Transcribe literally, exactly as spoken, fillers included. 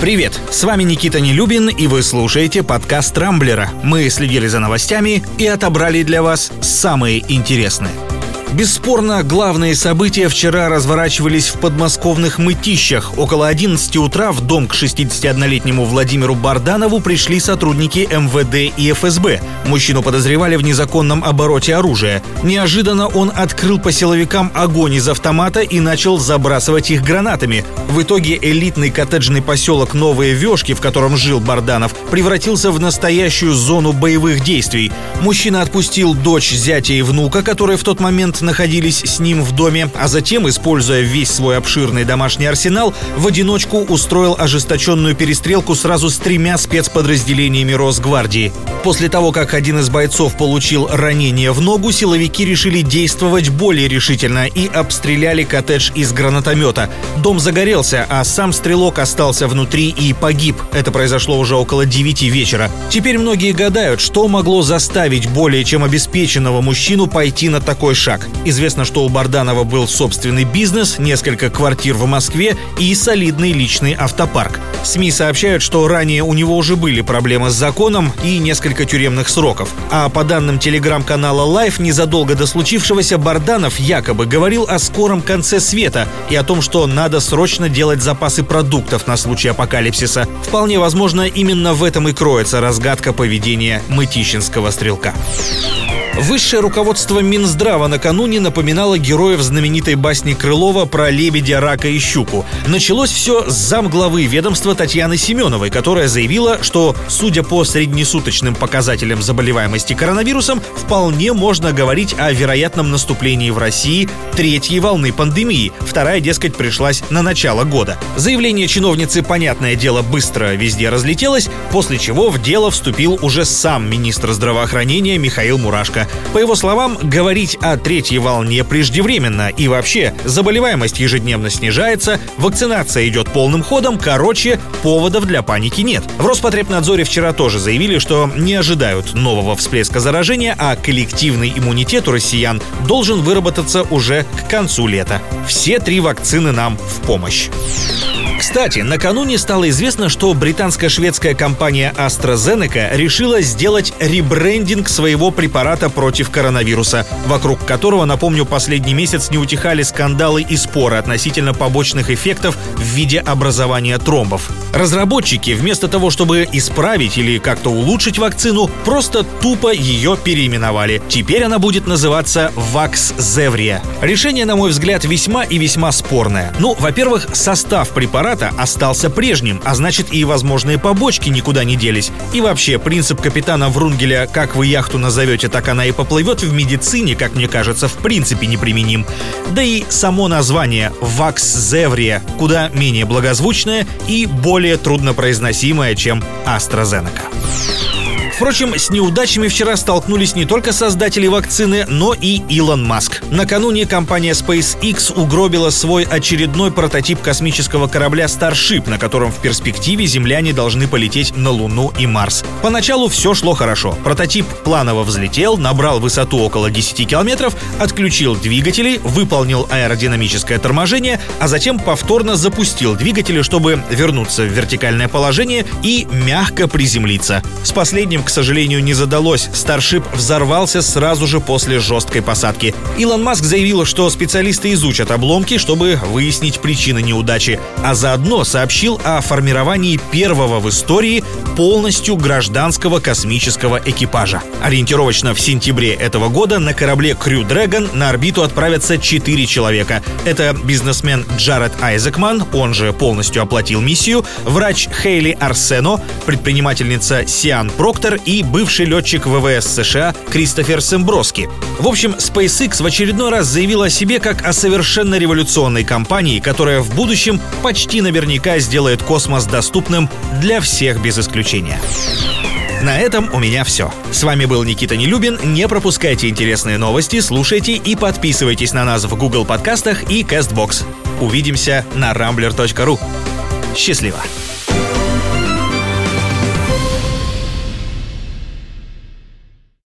Привет, с вами Никита Нелюбин, и вы слушаете подкаст Рамблера. Мы следили за новостями и отобрали для вас самые интересные. Бесспорно, главные события вчера разворачивались в подмосковных Мытищах. Около одиннадцати утра в дом к шестидесятиоднолетнему Владимиру Барданову пришли сотрудники эм вэ дэ и эф эс бэ. Мужчину подозревали в незаконном обороте оружия. Неожиданно он открыл по силовикам огонь из автомата и начал забрасывать их гранатами. В итоге элитный коттеджный поселок Новые Вешки, в котором жил Барданов, превратился в настоящую зону боевых действий. Мужчина отпустил дочь, зятя и внука, которые в тот момент находились с ним в доме, а затем, используя весь свой обширный домашний арсенал, в одиночку устроил ожесточенную перестрелку сразу с тремя спецподразделениями Росгвардии. После того, как один из бойцов получил ранение в ногу, силовики решили действовать более решительно и обстреляли коттедж из гранатомета. Дом загорелся, а сам стрелок остался внутри и погиб. Это произошло уже около девяти вечера. Теперь многие гадают, что могло заставить более чем обеспеченного мужчину пойти на такой шаг. Известно, что у Барданова был собственный бизнес, несколько квартир в Москве и солидный личный автопарк. СМИ сообщают, что ранее у него уже были проблемы с законом и несколько тюремных сроков. А по данным телеграм-канала Life, незадолго до случившегося Барданов якобы говорил о скором конце света и о том, что надо срочно делать запасы продуктов на случай апокалипсиса. Вполне возможно, именно в этом и кроется разгадка поведения мытищинского стрелка. Высшее руководство Минздрава накануне напоминало героев знаменитой басни Крылова про лебедя, рака и щуку. Началось все с замглавы ведомства Татьяны Семеновой, которая заявила, что, судя по среднесуточным показателям заболеваемости коронавирусом, вполне можно говорить о вероятном наступлении в России третьей волны пандемии. Вторая, дескать, пришлась на начало года. Заявление чиновницы, понятное дело, быстро везде разлетелось, после чего в дело вступил уже сам министр здравоохранения Михаил Мурашко. По его словам, говорить о третьей волне преждевременно, и вообще заболеваемость ежедневно снижается, вакцинация идет полным ходом, короче, поводов для паники нет. В Роспотребнадзоре вчера тоже заявили, что не ожидают нового всплеска заражения, а коллективный иммунитет у россиян должен выработаться уже к концу лета. Все три вакцины нам в помощь. Кстати, накануне стало известно, что британско-шведская компания AstraZeneca решила сделать ребрендинг своего препарата против коронавируса, вокруг которого, напомню, последний месяц не утихали скандалы и споры относительно побочных эффектов в виде образования тромбов. Разработчики, вместо того, чтобы исправить или как-то улучшить вакцину, просто тупо ее переименовали. Теперь она будет называться Vaxzevria. Решение, на мой взгляд, весьма и весьма спорное. Ну, во-первых, состав препарата остался прежним, а значит и возможные побочки никуда не делись. И вообще, принцип капитана Врунгеля «как вы яхту назовете, так она и поплывет» в медицине, как мне кажется, в принципе неприменим. Да и само название Vaxzevria куда менее благозвучное и более труднопроизносимое, чем AstraZeneca. Впрочем, с неудачами вчера столкнулись не только создатели вакцины, но и Илон Маск. Накануне компания SpaceX угробила свой очередной прототип космического корабля Starship, на котором в перспективе земляне должны полететь на Луну и Марс. Поначалу все шло хорошо. Прототип планово взлетел, набрал высоту около десяти километров, отключил двигатели, выполнил аэродинамическое торможение, а затем повторно запустил двигатели, чтобы вернуться в вертикальное положение и мягко приземлиться. С последним, к сожалению, не задалось. Starship взорвался сразу же после жесткой посадки. Илон Маск заявил, что специалисты изучат обломки, чтобы выяснить причины неудачи, а заодно сообщил о формировании первого в истории полностью гражданского космического экипажа. Ориентировочно в сентябре этого года на корабле Crew Dragon на орбиту отправятся четыре человека. Это бизнесмен Джаред Айзекман, он же полностью оплатил миссию, врач Хейли Арсено, предпринимательница Сиан Проктор и бывший летчик вэ вэ эс США Кристофер Семброски. В общем, SpaceX в очередной раз заявила о себе как о совершенно революционной компании, которая в будущем почти наверняка сделает космос доступным для всех без исключения. На этом у меня все. С вами был Никита Нелюбин. Не пропускайте интересные новости, слушайте и подписывайтесь на нас в Google подкастах и Castbox. Увидимся на рамблер точка ру. Счастливо!